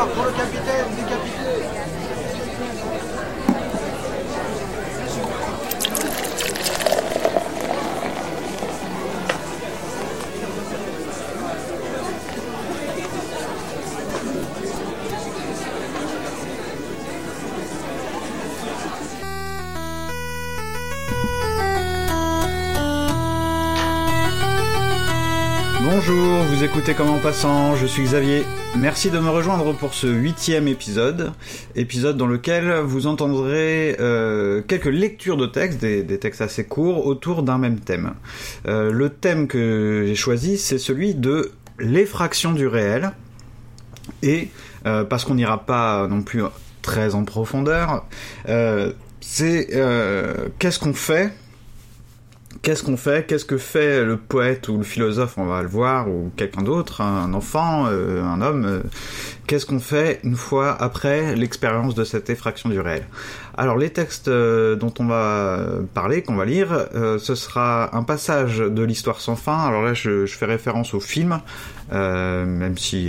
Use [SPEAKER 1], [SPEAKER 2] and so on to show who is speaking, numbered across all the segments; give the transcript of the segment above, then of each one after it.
[SPEAKER 1] Victoire pour le capitaine décapité.
[SPEAKER 2] Bonjour, vous écoutez Comme en passant, je suis Xavier. Merci de me rejoindre pour ce 8e épisode dans lequel vous entendrez quelques lectures de textes, des textes assez courts, autour d'un même thème. Le thème que j'ai choisi, c'est celui de l'effraction du réel, et parce qu'on n'ira pas non plus très en profondeur, c'est qu'est-ce qu'on fait ? Qu'est-ce que fait le poète ou le philosophe, on va le voir, ou quelqu'un d'autre, un enfant, un homme, qu'est-ce qu'on fait une fois après l'expérience de cette effraction du réel ? Alors les textes dont on va parler, qu'on va lire, ce sera un passage de l'Histoire sans fin. Alors là je fais référence au film, même si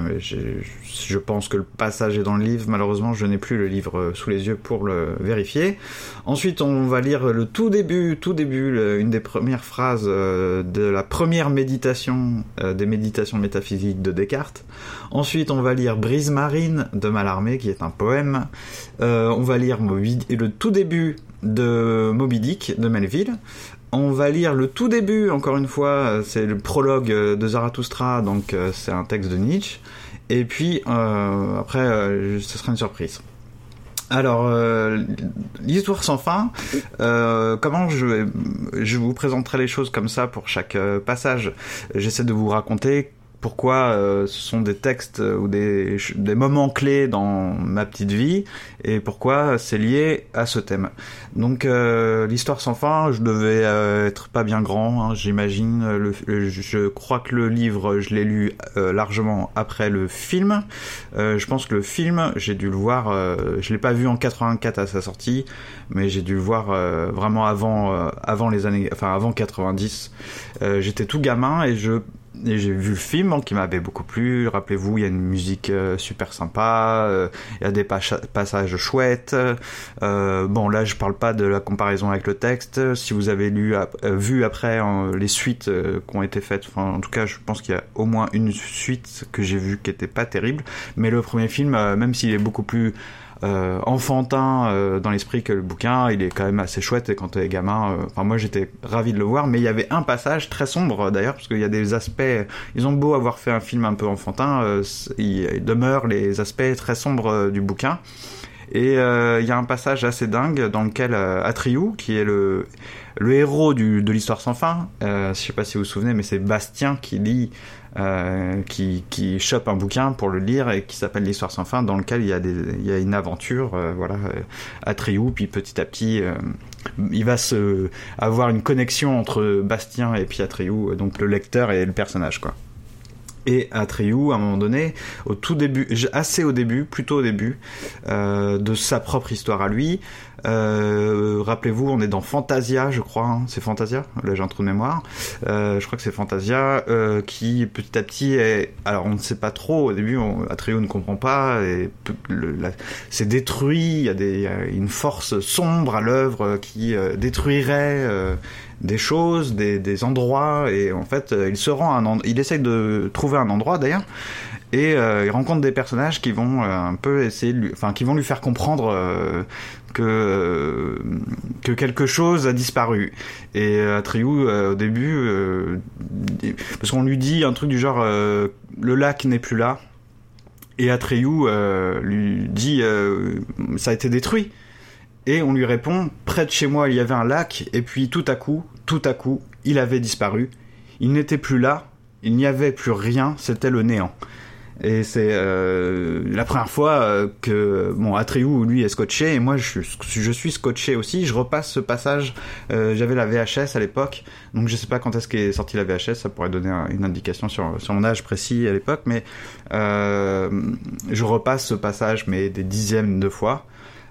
[SPEAKER 2] je pense que le passage est dans le livre. Malheureusement je n'ai plus le livre sous les yeux pour le vérifier. Ensuite on va lire le tout début, une des premières phrases de la première méditation, des méditations métaphysiques de Descartes. Ensuite on va lire Brise marine de Mallarmé, qui est un poème. On va lire le tout début de Moby Dick de Melville. On va lire le tout début, encore une fois, c'est le prologue de Zarathustra, donc c'est un texte de Nietzsche. Et puis après, ce sera une surprise. Alors, l'histoire sans fin, comment je vous présenterai les choses comme ça pour chaque passage. J'essaie de vous raconter pourquoi ce sont des textes ou des moments clés dans ma petite vie, et pourquoi c'est lié à ce thème. Donc l'histoire sans fin, je devais être pas bien grand, hein, j'imagine. Je crois que le livre, je l'ai lu largement après le film. Je pense que le film, j'ai dû le voir, je l'ai pas vu en 84 à sa sortie, mais j'ai dû le voir vraiment avant les années, enfin avant 90. J'étais tout gamin et j'ai vu le film qui m'avait beaucoup plu. Rappelez-vous, il y a une musique super sympa, il y a des passages chouettes. Bon, là, je parle pas de la comparaison avec le texte. Si vous avez vu après les suites qui ont été faites, enfin, en tout cas, je pense qu'il y a au moins une suite que j'ai vue qui était pas terrible. Mais le premier film, même s'il est beaucoup plus enfantin dans l'esprit que le bouquin, il est quand même assez chouette. Et quand t'es gamin, enfin moi j'étais ravi de le voir, mais il y avait un passage très sombre d'ailleurs, parce qu'il y a des aspects, ils ont beau avoir fait un film un peu enfantin, il demeure les aspects très sombres du bouquin. Et il y a un passage assez dingue dans lequel Atreyu, qui est le héros de l'Histoire sans fin, je sais pas si vous vous souvenez, mais c'est Bastien qui lit, qui chope un bouquin pour le lire et qui s'appelle l'Histoire sans fin, dans lequel il y a une aventure, Atreyu, puis petit à petit il va avoir une connexion entre Bastien et puis Atreyu, donc le lecteur et le personnage, quoi. Et Atreyu, à un moment donné, plutôt au début de sa propre histoire à lui, rappelez-vous, on est dans Fantasia, je crois, hein. C'est Fantasia, là j'ai un trou de mémoire, je crois que c'est Fantasia, qui petit à petit alors on ne sait pas trop, au début Atreyu ne comprend pas, et c'est détruit, il y a une force sombre à l'œuvre qui détruirait des choses, des endroits, et en fait il essaye de trouver un endroit d'ailleurs, et il rencontre des personnages qui vont un peu essayer qui vont lui faire comprendre que quelque chose a disparu. Et Atreyu au début, parce qu'on lui dit un truc du genre le lac n'est plus là, et Atreyu lui dit ça a été détruit. Et on lui répond, près de chez moi il y avait un lac, et puis tout à coup, il avait disparu. Il n'était plus là, il n'y avait plus rien, c'était le néant. Et c'est la première fois que Atreyu, lui, est scotché, et moi je suis scotché aussi. Je repasse ce passage, j'avais la VHS à l'époque, donc je sais pas quand est-ce qu'est sortie la VHS, ça pourrait donner une indication sur mon âge précis à l'époque, mais je repasse ce passage mais des dizaines de fois,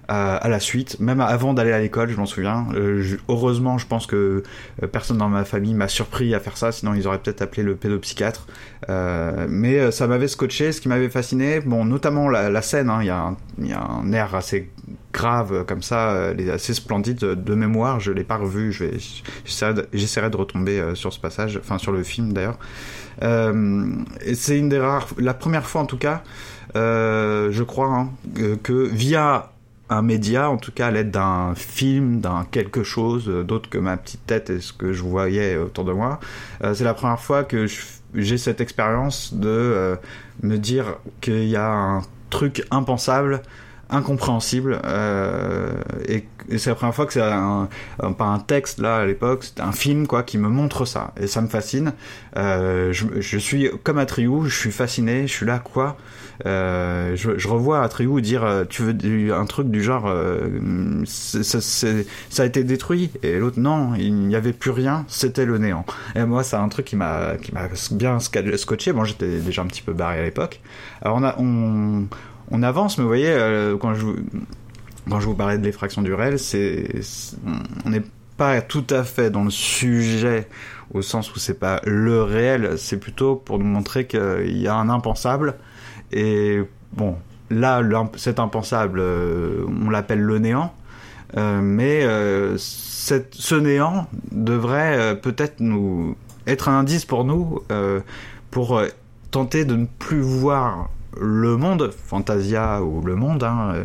[SPEAKER 2] à la suite, même avant d'aller à l'école, je m'en souviens. Heureusement, je pense que personne dans ma famille m'a surpris à faire ça, sinon ils auraient peut-être appelé le pédopsychiatre. Mais ça m'avait scotché, ce qui m'avait fasciné, bon, notamment la scène, il y a un air assez grave comme ça, assez splendide de mémoire. Je l'ai pas revu, j'essaierai de retomber sur ce passage, enfin sur le film d'ailleurs. Et c'est une des rares, la première fois en tout cas, je crois, que via un média, en tout cas à l'aide d'un film, d'un quelque chose d'autre que ma petite tête et ce que je voyais autour de moi, c'est la première fois que j'ai cette expérience de me dire qu'il y a un truc impensable, incompréhensible, et c'est la première fois que c'est pas un texte là à l'époque, c'était un film quoi qui me montre ça, et ça me fascine. Je suis comme Atreyu, je suis fasciné, je suis là quoi. Je revois Atreyu dire tu veux un truc du genre ça a été détruit, et l'autre non, il n'y avait plus rien, c'était le néant. Et moi c'est un truc qui m'a bien scotché. Bon, j'étais déjà un petit peu barré à l'époque. Alors on avance, mais vous voyez, quand je vous parlais de l'effraction du réel, on n'est pas tout à fait dans le sujet, au sens où c'est pas le réel, c'est plutôt pour nous montrer qu'il y a un impensable. Et bon, là, cet impensable, on l'appelle le néant, mais ce néant devrait peut-être nous être un indice pour nous, pour tenter de ne plus voir le monde, Fantasia ou le monde,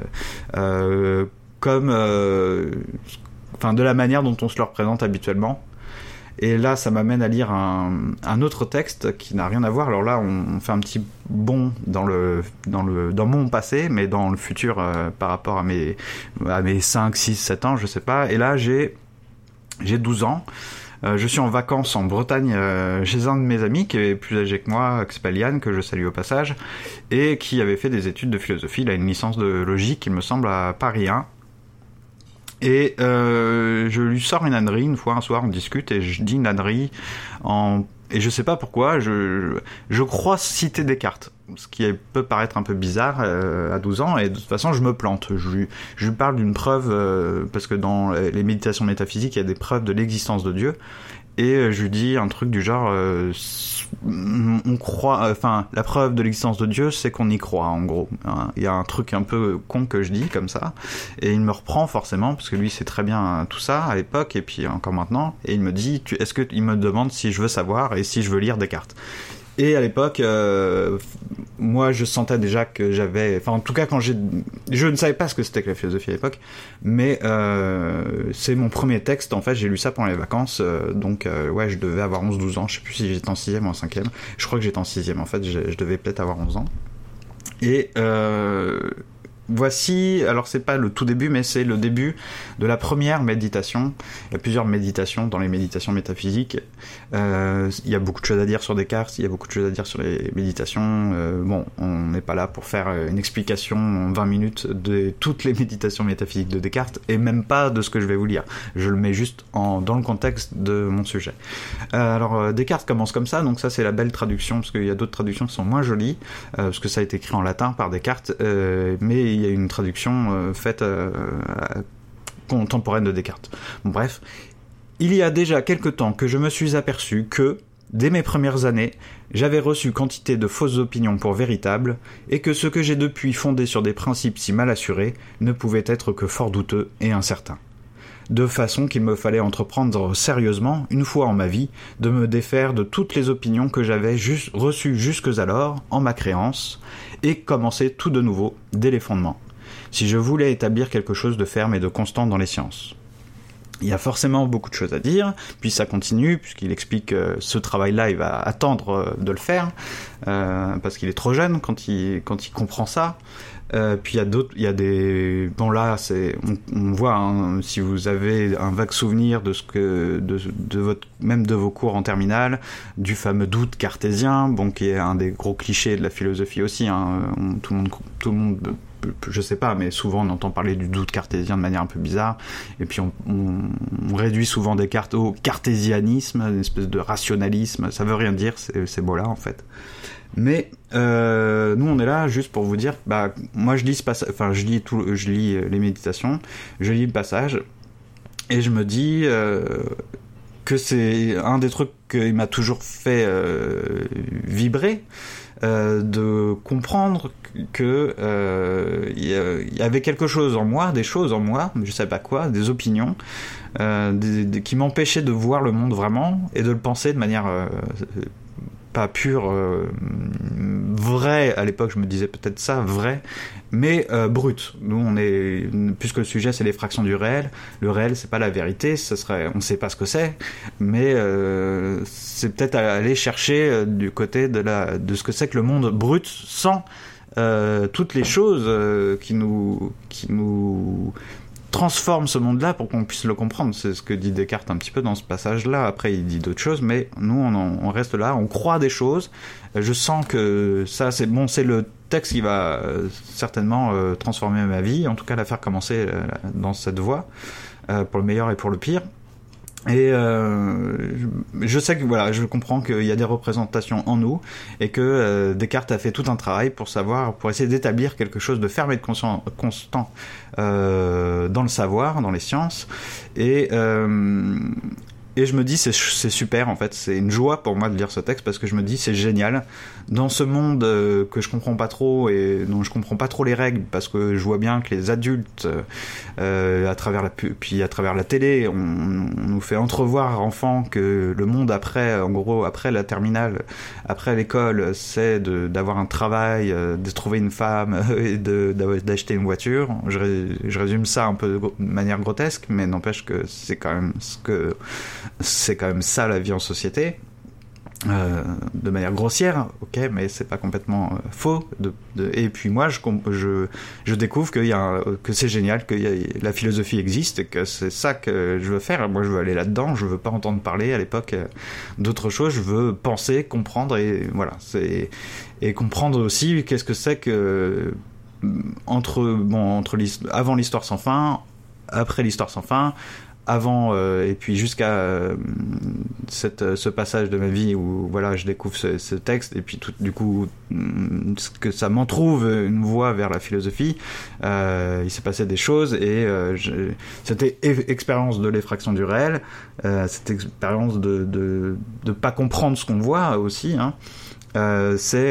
[SPEAKER 2] comme de la manière dont on se le représente habituellement. Et là, ça m'amène à lire un autre texte qui n'a rien à voir. Alors là, on fait un petit bond dans mon passé, mais dans le futur par rapport à mes 5, 6, 7 ans, je sais pas. Et là, j'ai 12 ans. Je suis en vacances en Bretagne chez un de mes amis qui est plus âgé que moi, qui s'appelle Yann, que je salue au passage, et qui avait fait des études de philosophie. Il a une licence de logique, il me semble, à Paris 1. Et je lui sors une ânerie une fois, un soir, on discute, et je dis une ânerie et je sais pas pourquoi, je crois citer Descartes, ce qui peut paraître un peu bizarre à 12 ans, et de toute façon je me plante. Je lui parle d'une preuve, parce que dans les méditations métaphysiques il y a des preuves de l'existence de Dieu, et je lui dis un truc du genre on croit, la preuve de l'existence de Dieu c'est qu'on y croit, en gros. Il y a un truc un peu con que je dis comme ça, et il me reprend forcément parce que lui sait très bien tout ça à l'époque et puis encore maintenant, et il me dit il me demande si je veux savoir et si je veux lire Descartes. Et à l'époque, moi je sentais déjà que j'avais... Enfin en tout cas je ne savais pas ce que c'était que la philosophie à l'époque, mais c'est mon premier texte, en fait j'ai lu ça pendant les vacances, donc ouais, je devais avoir 11-12 ans, je sais plus si j'étais en 6ème ou en 5ème, je crois que j'étais en 6ème en fait, je devais peut-être avoir 11 ans. Et voici, alors c'est pas le tout début, mais c'est le début de la première méditation. Il y a plusieurs méditations dans les méditations métaphysiques. Il y a beaucoup de choses à dire sur Descartes, il y a beaucoup de choses à dire sur les méditations. Bon, on n'est pas là pour faire une explication en 20 minutes de toutes les méditations métaphysiques de Descartes, et même pas de ce que je vais vous lire. Je le mets juste dans le contexte de mon sujet. Alors, Descartes commence comme ça, donc ça c'est la belle traduction, parce qu'il y a d'autres traductions qui sont moins jolies, parce que ça a été écrit en latin par Descartes, mais il y a une traduction faite contemporaine de Descartes. Bon, bref, il y a déjà quelque temps que je me suis aperçu que, dès mes premières années, j'avais reçu quantité de fausses opinions pour véritables, et que ce que j'ai depuis fondé sur des principes si mal assurés ne pouvait être que fort douteux et incertain. De façon qu'il me fallait entreprendre sérieusement, une fois en ma vie, de me défaire de toutes les opinions que j'avais reçues jusqu'alors en ma créance, et commencer tout de nouveau, dès les fondements, si je voulais établir quelque chose de ferme et de constant dans les sciences. Il y a forcément beaucoup de choses à dire, puis ça continue, puisqu'il explique que ce travail-là, il va attendre de le faire, parce qu'il est trop jeune quand il comprend ça. Puis il y a des... Bon là, on voit, hein, si vous avez un vague souvenir de même de vos cours en terminale, du fameux doute cartésien, bon, qui est un des gros clichés de la philosophie aussi, hein, tout le monde je sais pas, mais souvent on entend parler du doute cartésien de manière un peu bizarre, et puis on réduit souvent Descartes au cartésianisme, une espèce de rationalisme. Ça veut rien dire ces mots-là en fait. Mais nous on est là juste pour vous dire, moi je lis je lis les méditations, je lis le passage, et je me dis que c'est un des trucs qui m'a toujours fait vibrer, de comprendre que y avait quelque chose en moi, des choses en moi, je sais pas quoi, des opinions, qui m'empêchaient de voir le monde vraiment et de le penser de manière pas pure, vraie. À l'époque, je me disais peut-être ça, vrai, mais brute. Nous, puisque le sujet c'est les fractions du réel. Le réel, c'est pas la vérité. On sait pas ce que c'est, mais c'est peut-être aller chercher du côté de ce que c'est que le monde brut, sans toutes les choses qui nous transforme ce monde-là pour qu'on puisse le comprendre. C'est ce que dit Descartes un petit peu dans ce passage-là. Après, il dit d'autres choses, mais nous, on reste là, on croit des choses. Je sens que ça, c'est le texte qui va certainement transformer ma vie, en tout cas la faire commencer dans cette voie, pour le meilleur et pour le pire. Et je sais que je comprends qu'il y a des représentations en nous, et que Descartes a fait tout un travail pour essayer d'établir quelque chose de ferme et de constant dans le savoir, dans les sciences, et je me dis c'est super en fait, c'est une joie pour moi de lire ce texte, parce que je me dis c'est génial dans ce monde que je comprends pas trop et dont je comprends pas trop les règles, parce que je vois bien que les adultes à travers la télé, on nous fait entrevoir enfants que le monde après la terminale, après l'école, c'est d'avoir un travail, de trouver une femme et d'acheter une voiture. Je résume ça un peu de manière grotesque, mais n'empêche que c'est quand même ça la vie en société, de manière grossière, ok, mais c'est pas complètement faux. Et puis moi, je découvre que c'est génial, que la philosophie existe, et que c'est ça que je veux faire. Moi, je veux aller là-dedans. Je veux pas entendre parler à l'époque d'autre chose. Je veux penser, comprendre, et voilà. Et comprendre aussi qu'est-ce que c'est que avant l'histoire sans fin, après l'histoire sans fin, avant et puis jusqu'à ce passage de ma vie où je découvre ce texte, et puis du coup que ça m'en trouve une voie vers la philosophie. Il s'est passé des choses, et cette expérience de l'effraction du réel, cette expérience de pas comprendre ce qu'on voit aussi, c'est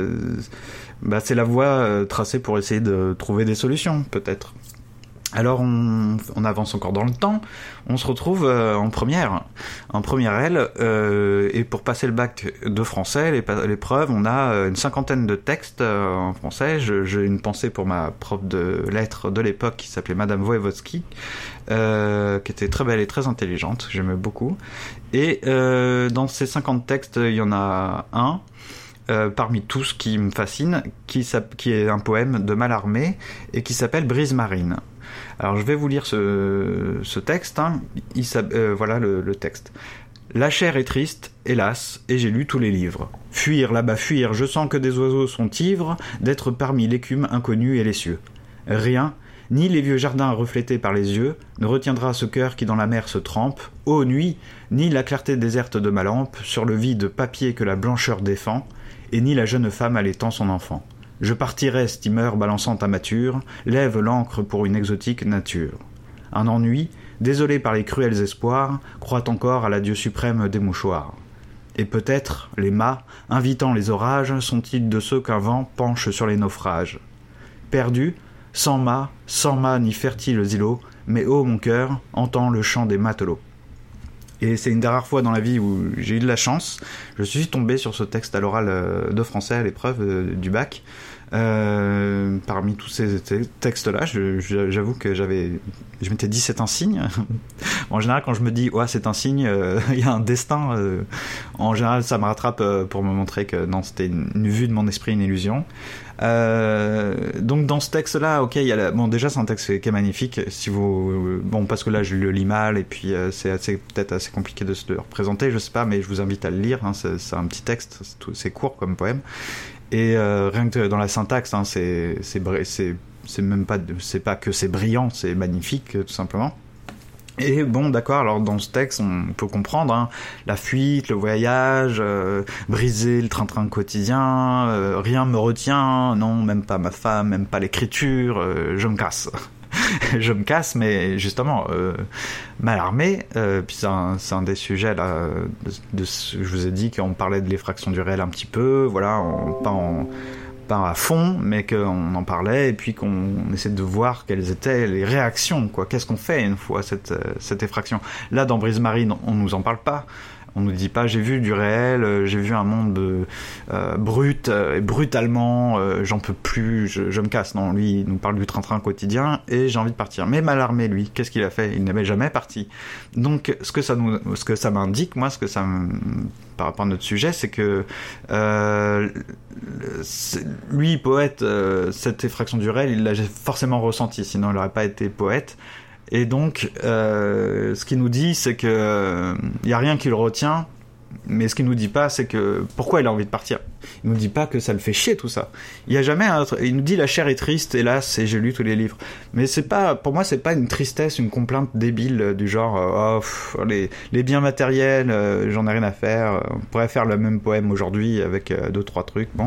[SPEAKER 2] la voie tracée pour essayer de trouver des solutions, peut-être. Alors on avance encore dans le temps, on se retrouve en première L, et pour passer le bac de français, l'épreuve, on a une 50aine de textes en français. J'ai une pensée pour ma prof de lettres de l'époque qui s'appelait Madame Voevodsky, qui était très belle et très intelligente, j'aimais beaucoup. Et dans ces 50 textes, il y en a un parmi tous qui me fascine, qui est un poème de Mallarmé et qui s'appelle Brise marine. Alors je vais vous lire ce texte, voilà le texte. La chair est triste, hélas, et j'ai lu tous les livres. Fuir, là-bas fuir, je sens que des oiseaux sont ivres d'être parmi l'écume inconnue et les cieux. Rien, ni les vieux jardins reflétés par les yeux, ne retiendra ce cœur qui dans la mer se trempe, ô nuit, ni la clarté déserte de ma lampe, sur le vide papier que la blancheur défend, et ni la jeune femme allaitant son enfant. Je partirai, steamer balançant ta mâture, lève l'ancre pour une exotique nature. Un ennui, désolé par les cruels espoirs, croit encore à l'adieu suprême des mouchoirs. Et peut-être, les mâts, invitant les orages, sont-ils de ceux qu'un vent penche sur les naufrages. Perdu, sans mât ni fertiles îlots, mais ô mon cœur, entends le chant des matelots. Et c'est une des rares fois dans la vie où j'ai eu de la chance. Je suis tombé sur ce texte à l'oral de français à l'épreuve du bac. Parmi tous ces textes-là, j'avoue que je m'étais dit c'est un signe. En général, quand je me dis c'est un signe, il y a un destin. En général, ça me rattrape pour me montrer que non, c'était une vue de mon esprit, une illusion. Donc dans ce texte-là, ok, déjà c'est un texte qui est magnifique. Parce que là je le lis mal et puis c'est peut-être assez compliqué de se le représenter, je sais pas, mais je vous invite à le lire. C'est un petit texte, c'est court comme poème. Et rien que dans la syntaxe, c'est c'est pas que c'est brillant, c'est magnifique tout simplement. Et bon, d'accord, alors dans ce texte, on peut comprendre hein, la fuite, le voyage, briser le train-train quotidien, rien me retient, non, même pas ma femme, même pas l'écriture, je me casse. Je me casse, mais justement, Mallarmé, puis c'est un des sujets là, je vous ai dit qu'on parlait de l'effraction du réel un petit peu, voilà, pas à fond, mais qu'on en parlait et puis qu'on essaie de voir quelles étaient les réactions, quoi. Qu'est-ce qu'on fait une fois cette effraction. Là, dans Brise Marine, on nous en parle pas. On nous dit pas j'ai vu du réel, j'ai vu un monde brut et brutalement, j'en peux plus, je me casse. Non, lui, il nous parle du train-train quotidien et j'ai envie de partir. Mais Mallarmé, lui, qu'est-ce qu'il a fait ? Il n'avait jamais parti. Donc, ce que ça m'indique, moi, par rapport à notre sujet, c'est que lui, poète, cette effraction du réel, il l'a forcément ressenti, sinon il n'aurait pas été poète. Et donc, ce qu'il nous dit, c'est que y a rien qui le retient, mais ce qu'il nous dit pas, c'est que pourquoi il a envie de partir. Il nous dit pas que ça le fait chier tout ça. Il y a jamais il nous dit la chair est triste, hélas, et j'ai lu tous les livres. Mais c'est pas, pour moi, c'est pas une tristesse, une complainte débile du genre les biens matériels, j'en ai rien à faire. On pourrait faire le même poème aujourd'hui avec 2-3 trucs. Bon.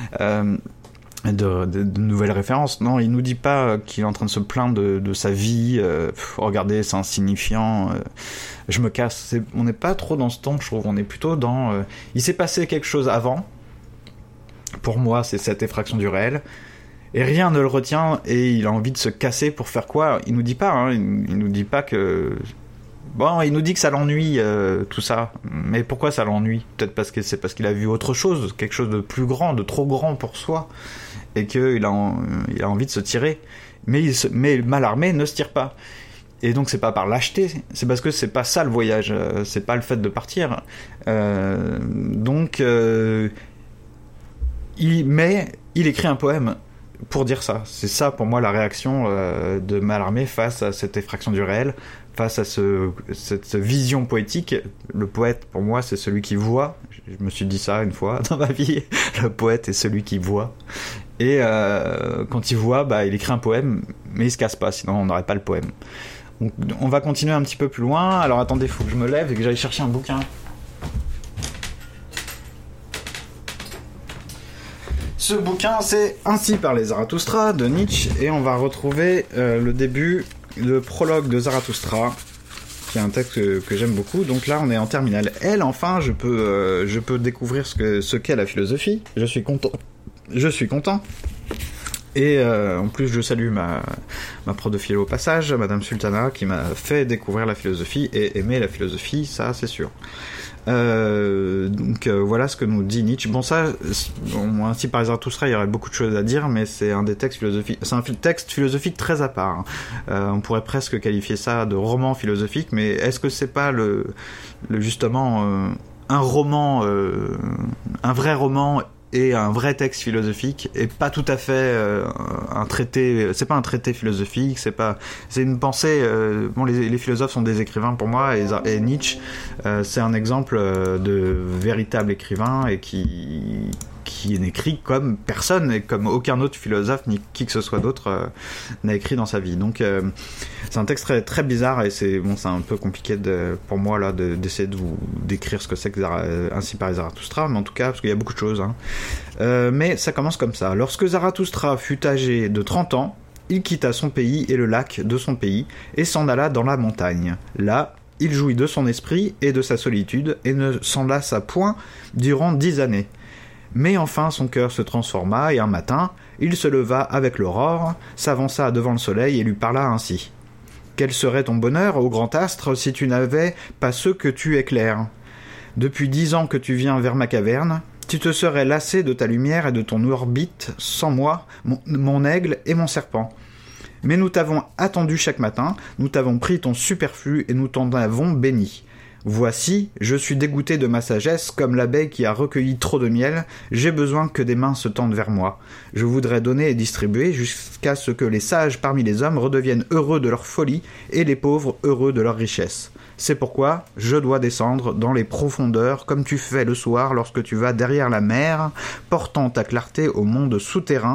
[SPEAKER 2] De nouvelles références. Non, il nous dit pas qu'il est en train de se plaindre de sa vie. Regardez, c'est insignifiant. Je me casse. On n'est pas trop dans ce ton, je trouve. On est plutôt dans... il s'est passé quelque chose avant. Pour moi, c'est cette effraction du réel. Et rien ne le retient. Et il a envie de se casser pour faire quoi ? Il nous dit pas. Hein, il nous dit pas que... Bon, il nous dit que ça l'ennuie, tout ça. Mais pourquoi ça l'ennuie ? Peut-être parce qu'il a vu autre chose, quelque chose de plus grand, de trop grand pour soi, et qu'il a envie de se tirer. Mais Mallarmé ne se tire pas. Et donc c'est pas par lâcheté, c'est parce que c'est pas ça le voyage, c'est pas le fait de partir. Il écrit un poème pour dire ça. C'est ça pour moi la réaction de Mallarmé face à cette effraction du réel. Face à cette vision poétique, le poète, pour moi, c'est celui qui voit. Je me suis dit ça une fois dans ma vie. Le poète est celui qui voit. Et quand il voit, il écrit un poème, mais il se casse pas, sinon on n'aurait pas le poème. Donc, on va continuer un petit peu plus loin. Alors attendez, il faut que je me lève et que j'aille chercher un bouquin. Ce bouquin, c'est Ainsi parlait Zarathustra de Nietzsche, et on va retrouver le début... le prologue de Zarathustra, qui est un texte que j'aime beaucoup. Donc là, on est en terminale L. Enfin, je peux découvrir ce qu'est la philosophie. Je suis content. Et en plus, je salue ma prof de philo au passage, Madame Sultana, qui m'a fait découvrir la philosophie et aimer la philosophie, ça, c'est sûr. Voilà ce que nous dit Nietzsche. Bon, ainsi par Zarathustra, il y aurait beaucoup de choses à dire, mais c'est un des textes philosophiques. C'est un texte philosophique très à part. On pourrait presque qualifier ça de roman philosophique, mais est-ce que c'est pas justement un roman, un vrai roman et un vrai texte philosophique, et pas tout à fait un traité. C'est pas un traité philosophique, c'est une pensée. Les philosophes sont des écrivains pour moi, et Nietzsche, c'est un exemple de véritable écrivain, et qui n'écrit comme personne, et comme aucun autre philosophe ni qui que ce soit d'autre n'a écrit dans sa vie. Donc c'est un texte très, très bizarre, et c'est un peu compliqué pour moi là d'essayer de vous décrire ce que c'est que Ainsi parlait Zarathustra, mais en tout cas, parce qu'il y a beaucoup de choses. Mais ça commence comme ça. Lorsque Zarathustra fut âgé de 30 ans, il quitta son pays et le lac de son pays, et s'en alla dans la montagne. Là, il jouit de son esprit et de sa solitude, et ne s'en lassa point durant 10 années. Mais enfin son cœur se transforma, et un matin, il se leva avec l'aurore, s'avança devant le soleil et lui parla ainsi. « Quel serait ton bonheur, ô grand astre, si tu n'avais pas ceux que tu éclaires ? Depuis 10 ans que tu viens vers ma caverne, tu te serais lassé de ta lumière et de ton orbite sans moi, mon aigle et mon serpent. Mais nous t'avons attendu chaque matin, nous t'avons pris ton superflu et nous t'en avons béni. Voici, je suis dégoûté de ma sagesse, comme l'abeille qui a recueilli trop de miel, j'ai besoin que des mains se tendent vers moi. Je voudrais donner et distribuer jusqu'à ce que les sages parmi les hommes redeviennent heureux de leur folie et les pauvres heureux de leur richesse. C'est pourquoi je dois descendre dans les profondeurs comme tu fais le soir lorsque tu vas derrière la mer, portant ta clarté au monde souterrain,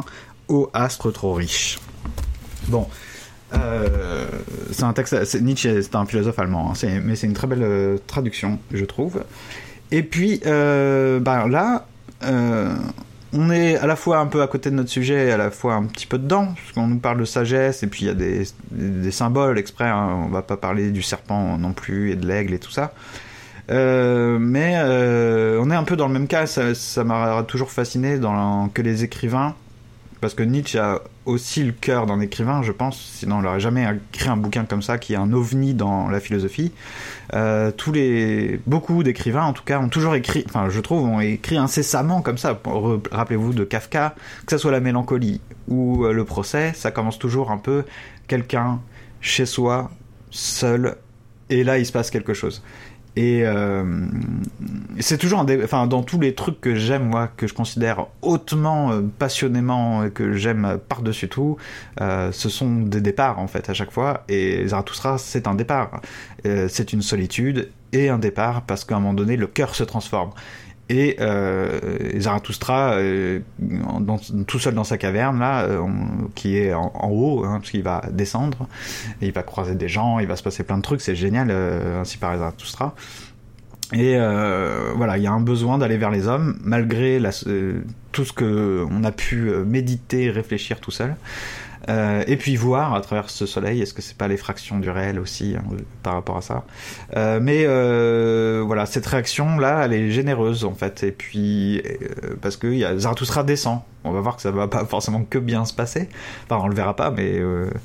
[SPEAKER 2] ô astre trop riche. Bon, c'est un texte. Nietzsche, c'est un philosophe allemand, hein, mais c'est une très belle traduction, je trouve. Et puis là, on est à la fois un peu à côté de notre sujet, et à la fois un petit peu dedans, parce qu'on nous parle de sagesse, et puis il y a des symboles exprès. Hein, on va pas parler du serpent non plus et de l'aigle et tout ça. Mais on est un peu dans le même cas. Ça m'a toujours fasciné que les écrivains. Parce que Nietzsche a aussi le cœur d'un écrivain, je pense, sinon il n'aurait jamais écrit un bouquin comme ça, qui est un ovni dans la philosophie. Beaucoup d'écrivains, en tout cas, ont toujours écrit, enfin je trouve, ont écrit incessamment comme ça. Rappelez-vous de Kafka, que ça soit La Mélancolie ou Le Procès, ça commence toujours un peu quelqu'un chez soi, seul, et là il se passe quelque chose. Et c'est toujours dans tous les trucs que j'aime, moi, que je considère hautement, passionnément, que j'aime par-dessus tout, ce sont des départs en fait à chaque fois. Et Zarathustra, c'est un départ, c'est une solitude et un départ parce qu'à un moment donné le cœur se transforme. Et Zarathustra, tout seul dans sa caverne là, qui est en haut, hein, parce qu'il va descendre, et il va croiser des gens, il va se passer plein de trucs, c'est génial, ainsi par Zarathustra. Et voilà, il y a un besoin d'aller vers les hommes, malgré tout ce que on a pu méditer, réfléchir tout seul. Et puis voir à travers ce soleil, est-ce que c'est pas l'effraction du réel aussi, hein, par rapport à ça. Mais voilà, cette réaction là, elle est généreuse en fait. Et puis parce que Zarathustra descend, on va voir que ça va pas forcément que bien se passer. Enfin, on le verra pas, mais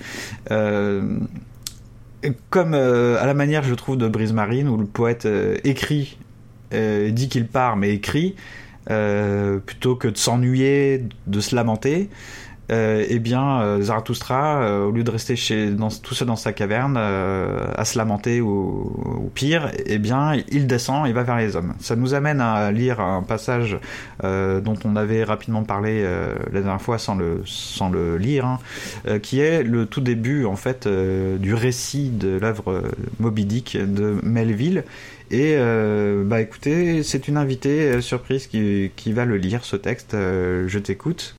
[SPEAKER 2] comme à la manière, je trouve, de Brise Marine, où le poète écrit, dit qu'il part, mais écrit, plutôt que de s'ennuyer, de se lamenter. Zarathustra, au lieu de rester tout seul dans sa caverne, à se lamenter ou pire, il descend et va vers les hommes. Ça nous amène à lire un passage dont on avait rapidement parlé la dernière fois sans le lire, hein, qui est le tout début en fait du récit de l'œuvre Moby Dick de Melville. Et écoutez, c'est une invitée surprise qui va le lire, ce texte. Je t'écoute.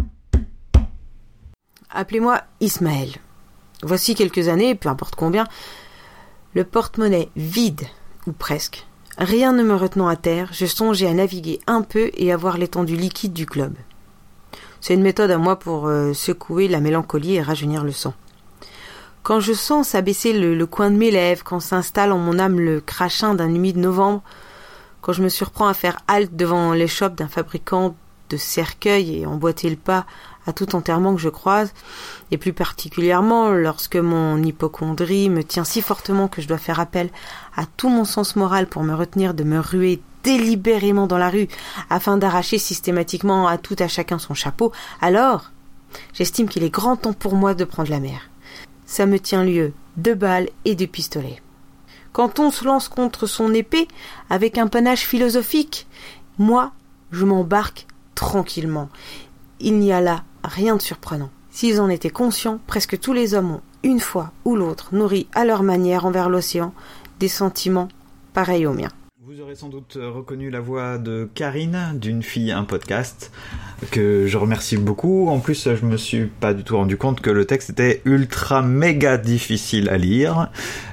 [SPEAKER 3] Appelez-moi Ismaël. Voici quelques années, peu importe combien, le porte-monnaie vide, ou presque. Rien ne me retenant à terre, je songeais à naviguer un peu et à voir l'étendue liquide du globe. C'est une méthode à moi pour secouer la mélancolie et rajeunir le sang. Quand je sens s'abaisser le coin de mes lèvres, quand s'installe en mon âme le crachin d'un humide novembre, quand je me surprends à faire halte devant l'échoppe d'un fabricant de cercueils et emboîter le pas à tout enterrement que je croise, et plus particulièrement lorsque mon hypocondrie me tient si fortement que je dois faire appel à tout mon sens moral pour me retenir de me ruer délibérément dans la rue afin d'arracher systématiquement à tout à chacun son chapeau, alors j'estime qu'il est grand temps pour moi de prendre la mer. Ça me tient lieu de balles et de pistolets. Quand on se lance contre son épée avec un panache philosophique, moi, je m'embarque tranquillement. Il n'y a là rien de surprenant. S'ils en étaient conscients, presque tous les hommes ont, une fois ou l'autre, nourri à leur manière envers l'océan des sentiments pareils aux miens.
[SPEAKER 2] Vous aurez sans doute reconnu la voix de Karine, d'une fille, un podcast, que je remercie beaucoup. En plus, je me suis pas du tout rendu compte que le texte était ultra méga difficile à lire.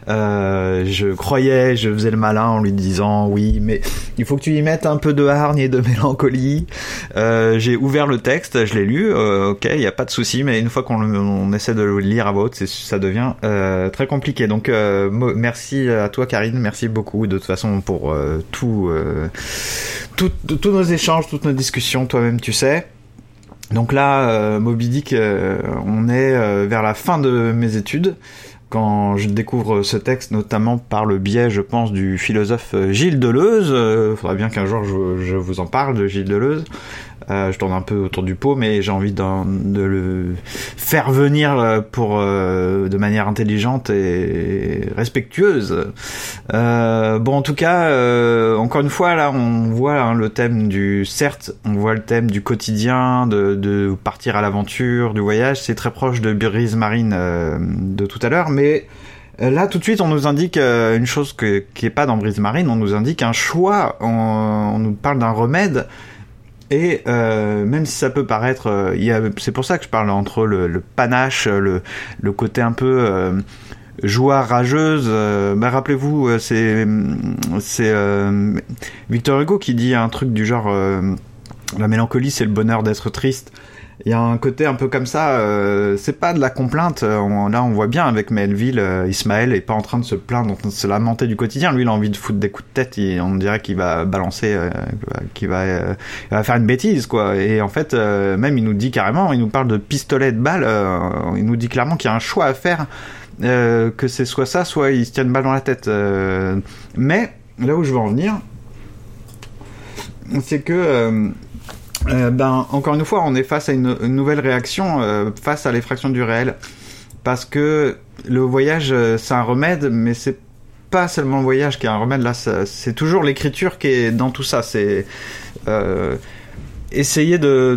[SPEAKER 2] Je faisais le malin en lui disant oui, mais il faut que tu y mettes un peu de hargne et de mélancolie. J'ai ouvert le texte, je l'ai lu, ok, il y a pas de souci, mais une fois qu'on essaie de le lire à voix haute, ça devient très compliqué. Donc merci à toi Karine, merci beaucoup de toute façon pour tous nos échanges, toutes nos discussions, toi-même tu sais. Donc là, Moby Dick, on est vers la fin de mes études, quand je découvre ce texte, notamment par le biais, je pense, du philosophe Gilles Deleuze. Faudra bien qu'un jour je vous en parle de Gilles Deleuze. Je tourne un peu autour du pot, mais j'ai envie de le faire venir de manière intelligente et respectueuse. Bon, en tout cas, encore une fois, là, on voit le thème on voit le thème du quotidien, de partir à l'aventure, du voyage. C'est très proche de Brise Marine de tout à l'heure, mais là, tout de suite, on nous indique une chose qui est pas dans Brise Marine. On nous indique un choix. On nous parle d'un remède. Et même si ça peut paraître, c'est pour ça que je parle entre le panache, le côté un peu joie rageuse. Rappelez-vous, c'est Victor Hugo qui dit un truc du genre la mélancolie, c'est le bonheur d'être triste. Il y a un côté un peu comme ça, c'est pas de la complainte. Là, on voit bien avec Melville, Ismaël est pas en train de se plaindre, de se lamenter du quotidien. Lui, il a envie de foutre des coups de tête. On dirait qu'il va balancer, qu'il va faire une bêtise, quoi. Et en fait, même il nous dit carrément, il nous parle de pistolet de balle. Il nous dit clairement qu'il y a un choix à faire, que c'est soit ça, soit il se tient une balle dans la tête. Mais là où je veux en venir, c'est que encore une fois, on est face à une nouvelle réaction face à l'effraction du réel, parce que le voyage, c'est un remède, mais c'est pas seulement le voyage qui est un remède. Là, c'est toujours l'écriture qui est dans tout ça. C'est essayer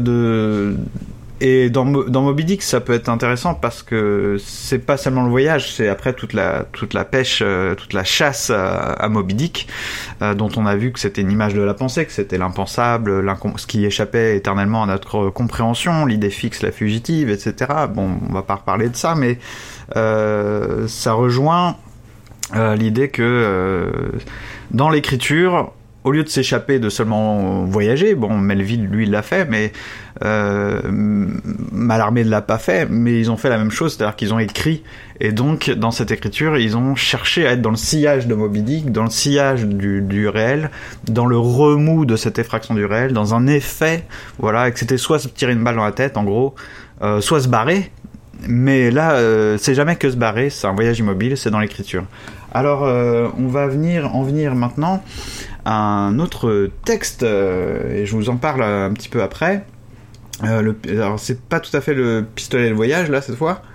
[SPEAKER 2] et dans Moby Dick, ça peut être intéressant parce que c'est pas seulement le voyage, c'est après toute la pêche, toute la chasse à Moby Dick, dont on a vu que c'était une image de la pensée, que c'était l'impensable, ce qui échappait éternellement à notre compréhension, l'idée fixe, la fugitive, etc. Bon, on va pas reparler de ça, mais ça rejoint l'idée que dans l'écriture, au lieu de s'échapper, de seulement voyager, bon, Melville, lui, il l'a fait, mais Mallarmé ne l'a pas fait, mais ils ont fait la même chose, c'est-à-dire qu'ils ont écrit, et donc, dans cette écriture, ils ont cherché à être dans le sillage de Moby Dick, dans le sillage du réel, dans le remous de cette effraction du réel, dans un effet, voilà, et que c'était soit se tirer une balle dans la tête, en gros, soit se barrer, mais là, c'est jamais que se barrer, c'est un voyage immobile, c'est dans l'écriture. Alors, on va en venir maintenant à un autre texte, et je vous en parle un petit peu après. Alors, c'est pas tout à fait le pistolet de voyage, là, cette fois.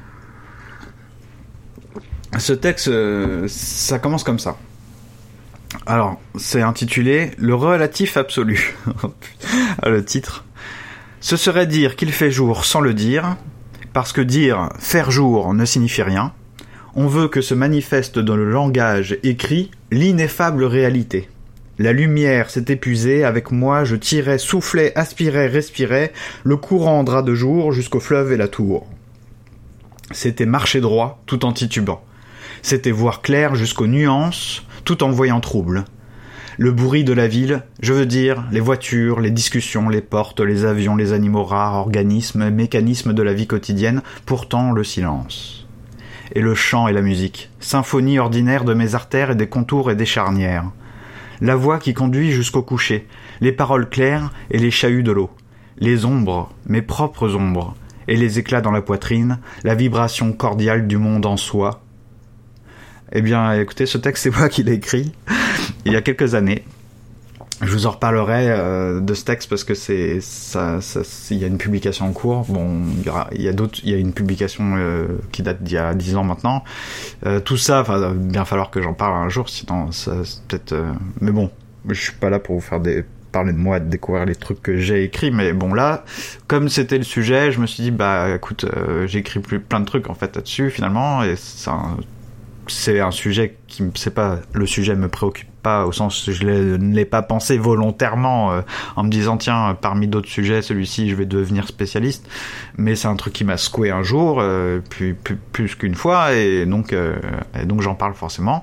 [SPEAKER 2] Ce texte, ça commence comme ça. Alors, c'est intitulé « Le relatif absolu ». Le titre. « Ce serait dire qu'il fait jour sans le dire, parce que dire « faire jour » ne signifie rien. On veut que se manifeste dans le langage écrit l'ineffable réalité. La lumière s'est épuisée, avec moi je tirais, soufflais, aspirais, respirais, le courant drap de jour jusqu'au fleuve et la tour. C'était marcher droit, tout en titubant. C'était voir clair jusqu'aux nuances, tout en voyant trouble. Le bruit de la ville, je veux dire, les voitures, les discussions, les portes, les avions, les animaux rares, organismes, mécanismes de la vie quotidienne, pourtant le silence. Et le chant et la musique, symphonie ordinaire de mes artères et des contours et des charnières. La voix qui conduit jusqu'au coucher, les paroles claires et les chahuts de l'eau, les ombres, mes propres ombres, et les éclats dans la poitrine, la vibration cordiale du monde en soi. Eh bien, écoutez, ce texte, c'est moi qui l'ai écrit il y a quelques années. Je vous en reparlerai de ce texte parce que il y a une publication en cours. Bon, il y a une publication qui date d'il y a 10 ans maintenant. Tout ça, il va bien falloir que j'en parle un jour, sinon ça peut-être. Mais bon, je suis pas là pour vous faire parler de moi, de découvrir les trucs que j'ai écrits. Mais bon, là, comme c'était le sujet, je me suis dit, bah, écoute, j'ai écrit plein de trucs en fait là-dessus finalement, et c'est un sujet c'est pas, le sujet me préoccupe pas au sens où je ne l'ai pas pensé volontairement en me disant tiens, parmi d'autres sujets, celui-ci je vais devenir spécialiste, mais c'est un truc qui m'a secoué un jour, plus qu'une fois, et donc j'en parle forcément.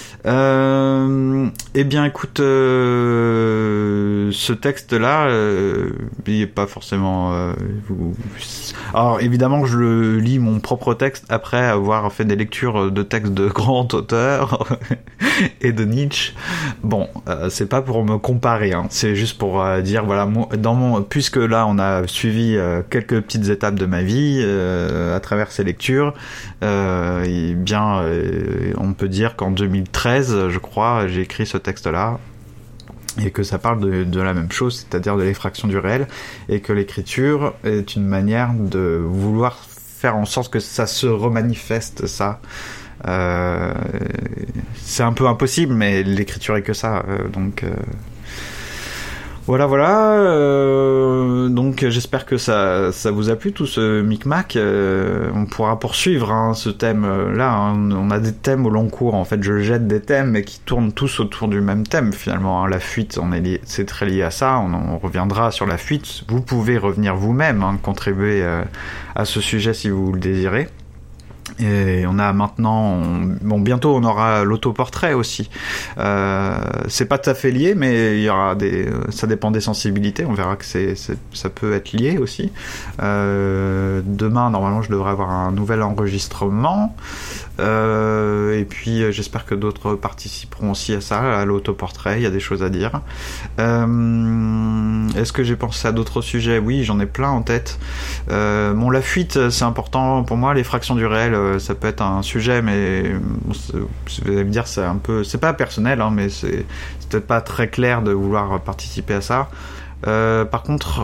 [SPEAKER 2] Eh bien écoute, ce texte-là, il est pas forcément. Alors évidemment, je lis mon propre texte après avoir fait des lectures de textes de grands auteurs et de Nietzsche. Bon, c'est pas pour me comparer, hein, c'est juste pour dire voilà, puisque là on a suivi quelques petites étapes de ma vie à travers ces lectures, eh bien, on peut dire qu'en 2013, je crois, j'ai écrit ce texte-là, et que ça parle de la même chose, c'est-à-dire de l'effraction du réel, et que l'écriture est une manière de vouloir faire en sorte que ça se remanifeste, ça. C'est un peu impossible, mais l'écriture est que ça, donc... Voilà. Donc j'espère que ça vous a plu tout ce micmac. On pourra poursuivre ce thème-là. On a des thèmes au long cours. En fait, je jette des thèmes mais qui tournent tous autour du même thème finalement. La fuite, c'est très lié à ça. On reviendra sur la fuite. Vous pouvez revenir vous-même, contribuer à ce sujet si vous le désirez. Et on a maintenant, bientôt on aura l'autoportrait aussi. C'est pas tout à fait lié, mais il y aura ça dépend des sensibilités. On verra que ça peut être lié aussi. Demain, normalement, je devrais avoir un nouvel enregistrement. Et puis j'espère que d'autres participeront aussi à ça, à l'autoportrait. Il y a des choses à dire. Est-ce que j'ai pensé à d'autres sujets? Oui, j'en ai plein en tête. La fuite, c'est important pour moi. Les fractions du réel, ça peut être un sujet, mais vous allez me dire, c'est pas personnel, mais c'est peut-être pas très clair de vouloir participer à ça. Par contre,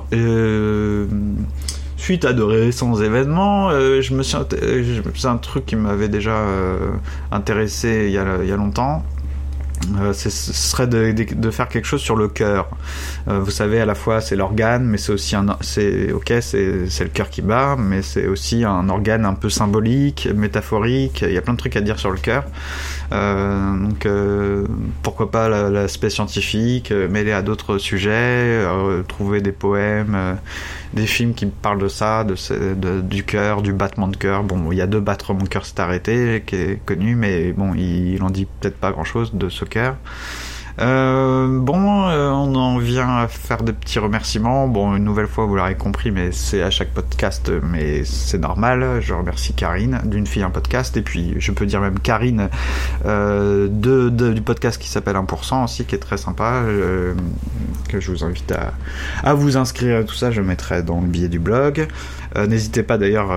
[SPEAKER 2] suite à de récents événements, c'est un truc qui m'avait déjà intéressé il y a longtemps. Ce serait de faire quelque chose sur le cœur. Vous savez, à la fois c'est l'organe, mais c'est aussi c'est le cœur qui bat, mais c'est aussi un organe un peu symbolique, métaphorique. Il y a plein de trucs à dire sur le cœur. Donc pourquoi pas l'aspect scientifique, mêlé à d'autres sujets, trouver des poèmes, des films qui parlent de ça, du cœur, du battement de cœur. Bon, il y a 2 battements de cœur s'est arrêté, qui est connu, mais bon, il en dit peut-être pas grand-chose de ce cœur. On en vient à faire des petits remerciements. Une nouvelle fois, vous l'aurez compris, mais c'est à chaque podcast, mais c'est normal. Je remercie Karine d'une fille un podcast, et puis je peux dire même Karine du podcast qui s'appelle 1% aussi, qui est très sympa, que je vous invite à vous inscrire à tout ça. Je mettrai dans le billet du blog. N'hésitez pas d'ailleurs,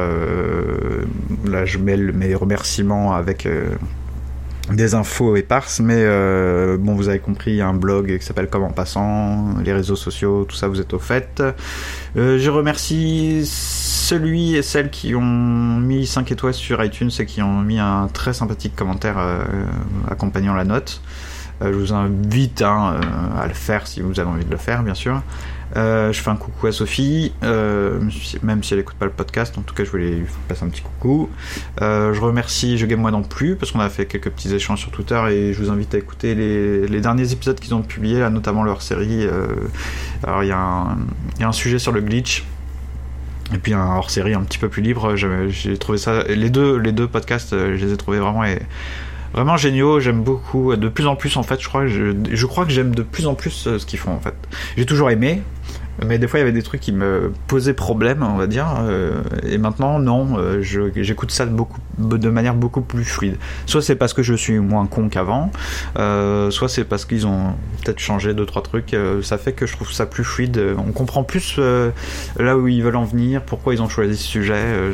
[SPEAKER 2] là je mets mes remerciements avec des infos éparses, mais vous avez compris, il y a un blog qui s'appelle Comme en passant, les réseaux sociaux, tout ça, vous êtes au fait. Je remercie celui et celles qui ont mis 5 étoiles sur iTunes et qui ont mis un très sympathique commentaire accompagnant la note. Je vous invite à le faire si vous avez envie de le faire, bien sûr. Je fais un coucou à Sophie, même si elle écoute pas le podcast. En tout cas, je voulais lui passer un petit coucou. Je remercie Je Game Moi Non Plus, parce qu'on a fait quelques petits échanges sur Twitter, et je vous invite à écouter les derniers épisodes qu'ils ont publiés, là, notamment leur série. Alors il y a un sujet sur le glitch, et puis un hors-série un petit peu plus libre. J'ai trouvé ça, les deux podcasts, je les ai trouvés vraiment géniaux. J'aime beaucoup, de plus en plus en fait. Je crois que j'aime de plus en plus ce qu'ils font en fait. J'ai toujours aimé, mais des fois il y avait des trucs qui me posaient problème, on va dire, et maintenant non, j'écoute ça de manière beaucoup plus fluide. Soit c'est parce que je suis moins con qu'avant, soit c'est parce qu'ils ont peut-être changé 2-3 trucs. Ça fait que je trouve ça plus fluide. On comprend plus là où ils veulent en venir, pourquoi ils ont choisi ce sujet.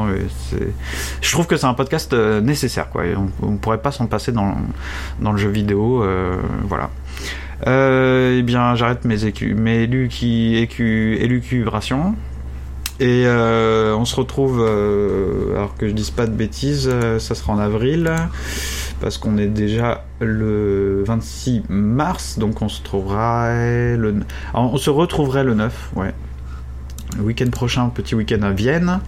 [SPEAKER 2] Je trouve que c'est un podcast nécessaire, quoi. Et on pourrait pas s'en passer dans le jeu vidéo, voilà. J'arrête mes élucubrations, et on se retrouve, alors que je dise pas de bêtises, ça sera en avril, parce qu'on est déjà le 26 mars, donc on se retrouverait le 9, ouais. Le week-end prochain, petit week-end à Vienne.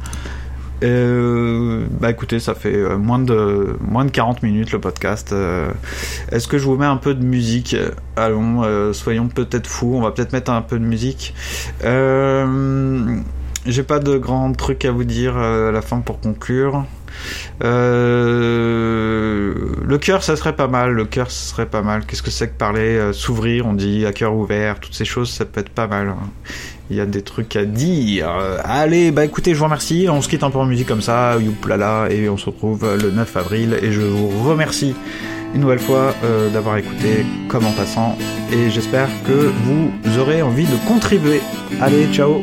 [SPEAKER 2] Écoutez, ça fait moins de 40 minutes le podcast. Est-ce que je vous mets un peu de musique? Allons, soyons peut-être fous, on va peut-être mettre un peu de musique. J'ai pas de grands trucs à vous dire à la fin pour conclure. Le cœur, ça serait pas mal. Qu'est-ce que c'est que parler, s'ouvrir, on dit à cœur ouvert, toutes ces choses, ça peut être pas mal. Il y a des trucs à dire. Allez, écoutez, je vous remercie. On se quitte un peu en musique comme ça, youplala, et on se retrouve le 9 avril. Et je vous remercie une nouvelle fois d'avoir écouté Comme en passant. Et j'espère que vous aurez envie de contribuer. Allez, ciao!